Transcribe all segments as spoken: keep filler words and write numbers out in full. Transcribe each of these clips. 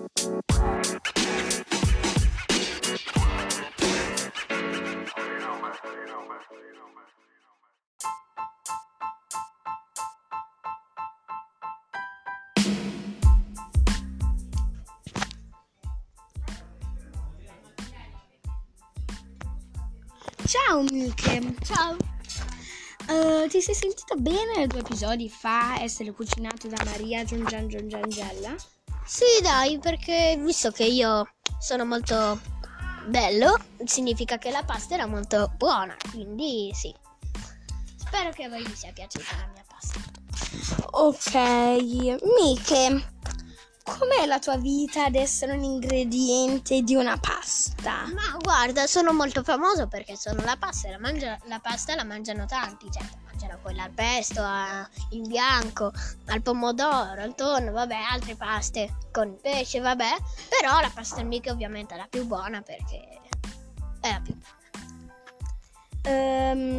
Ciao Mike. Ciao. Uh, ti sei sentita bene due episodi fa essere cucinato da Maria Giungian Giungiangella? Sì, dai, perché visto che io sono molto bello, significa che la pasta era molto buona, quindi sì. Spero che a voi vi sia piaciuta la mia pasta. Ok, Mike, com'è la tua vita ad essere un ingrediente di una pasta? Ma guarda, sono molto famoso perché sono la pasta, la, mangia, la pasta la mangiano tanti, certo, mangiano quella al pesto, a, in bianco, al pomodoro, al tonno, vabbè, altre paste con il pesce, vabbè, però la pasta al mica ovviamente è la più buona perché è la più buona. Um,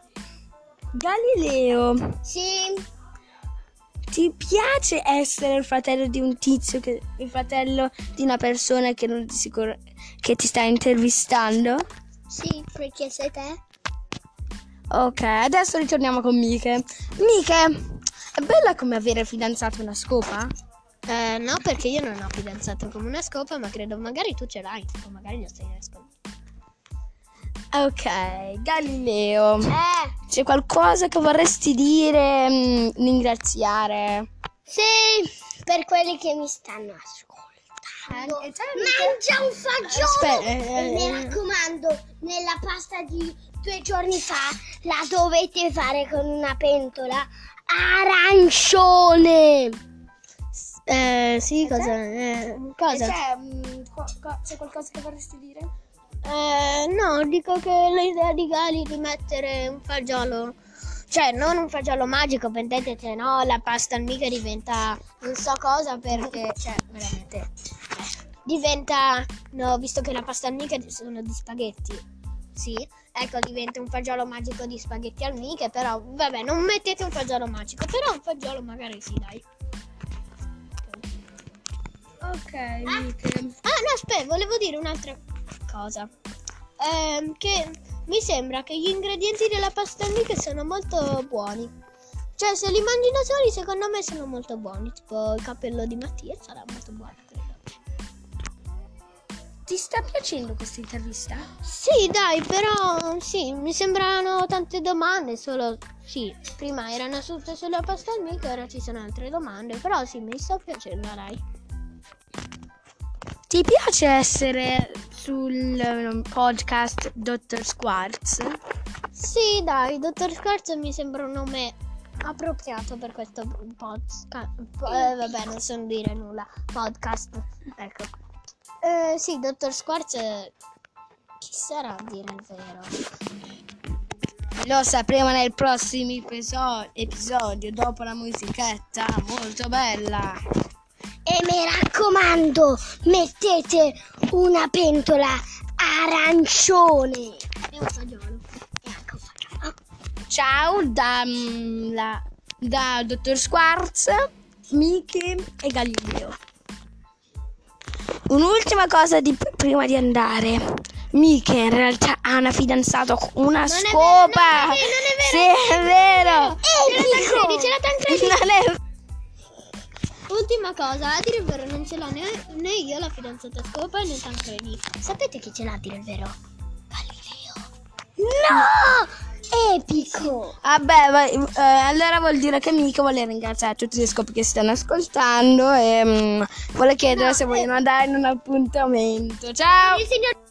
Galileo, Sì. ti piace essere il fratello di un tizio, che, il fratello di una persona che non ti sicuro che ti sta intervistando? Sì, perché sei te? Ok, adesso ritorniamo con Mike. Mike, è bella come avere fidanzato una scopa? Eh, no, perché io non ho fidanzato come una scopa, ma credo magari tu ce l'hai, o magari lo stai nascondendo. Ok, Galileo, Eh, c'è qualcosa che vorresti dire, mh, ringraziare? sì, per quelli che mi stanno ascoltando. Eh, Mangia un fagiolo! Aspetta, eh, E mi eh. raccomando, nella pasta di due giorni fa la dovete fare con una pentola arancione. Eh, sì, cosa? Eh, cosa? C'è, mh, qua- qua- c'è qualcosa che vorresti dire? Eh, no, dico che l'idea di Gali di mettere un fagiolo, cioè non un fagiolo magico, pensate che no, la pasta al mica diventa non so cosa perché, cioè veramente, eh, diventa, no, visto che la pasta al mica sono di spaghetti, sì, ecco diventa un fagiolo magico di spaghetti al mica, però vabbè, non mettete un fagiolo magico, però un fagiolo magari sì, dai. Ok, Mike. Ah no, aspetta, volevo dire un'altra cosa. Ehm, che mi sembra che gli ingredienti della pasta al mica sono molto buoni. Cioè, se li mangi da soli, secondo me sono molto buoni. Tipo il cappello di Mattia sarà molto buono, credo. Ti sta piacendo questa intervista? Sì, dai, però sì, mi sembrano tante domande, solo sì, prima erano tutte sulla pasta al mica, ora ci sono altre domande, però sì, mi sta piacendo, dai. Ti piace essere sul um, podcast dottor Squarz? Sì, dai, dottor Squarz mi sembra un nome appropriato per questo podcast. Eh, vabbè, non so dire nulla. Podcast, ecco. Eh, sì, dottor Squarz, chi sarà a dire il vero? Lo sapremo nel prossimo episo- episodio, dopo la musichetta molto bella. E mi raccomando, mettete una pentola arancione. E un fagiolo. E anche un fagiolo. Ciao da, mm, la, da dottor Squarz, Miki e Galileo. Un'ultima cosa di, prima di andare. Miki in realtà ha una fidanzata con una Non scopa. È vero, non è vero, Sì, è vero. Ce la Tancredi, ce la Tancredi. Non è Ultima cosa, a dire il vero non ce l'ho né, né io la fidanzata scopa né Tancredi. Sapete chi ce l'ha a dire il vero? Galileo. No! Epico! Vabbè, va- eh, allora vuol dire che Mika vuole ringraziare tutti gli scopi che stanno ascoltando e mm, vuole chiedere No, se eh. vogliono andare in un appuntamento. Ciao! Il signor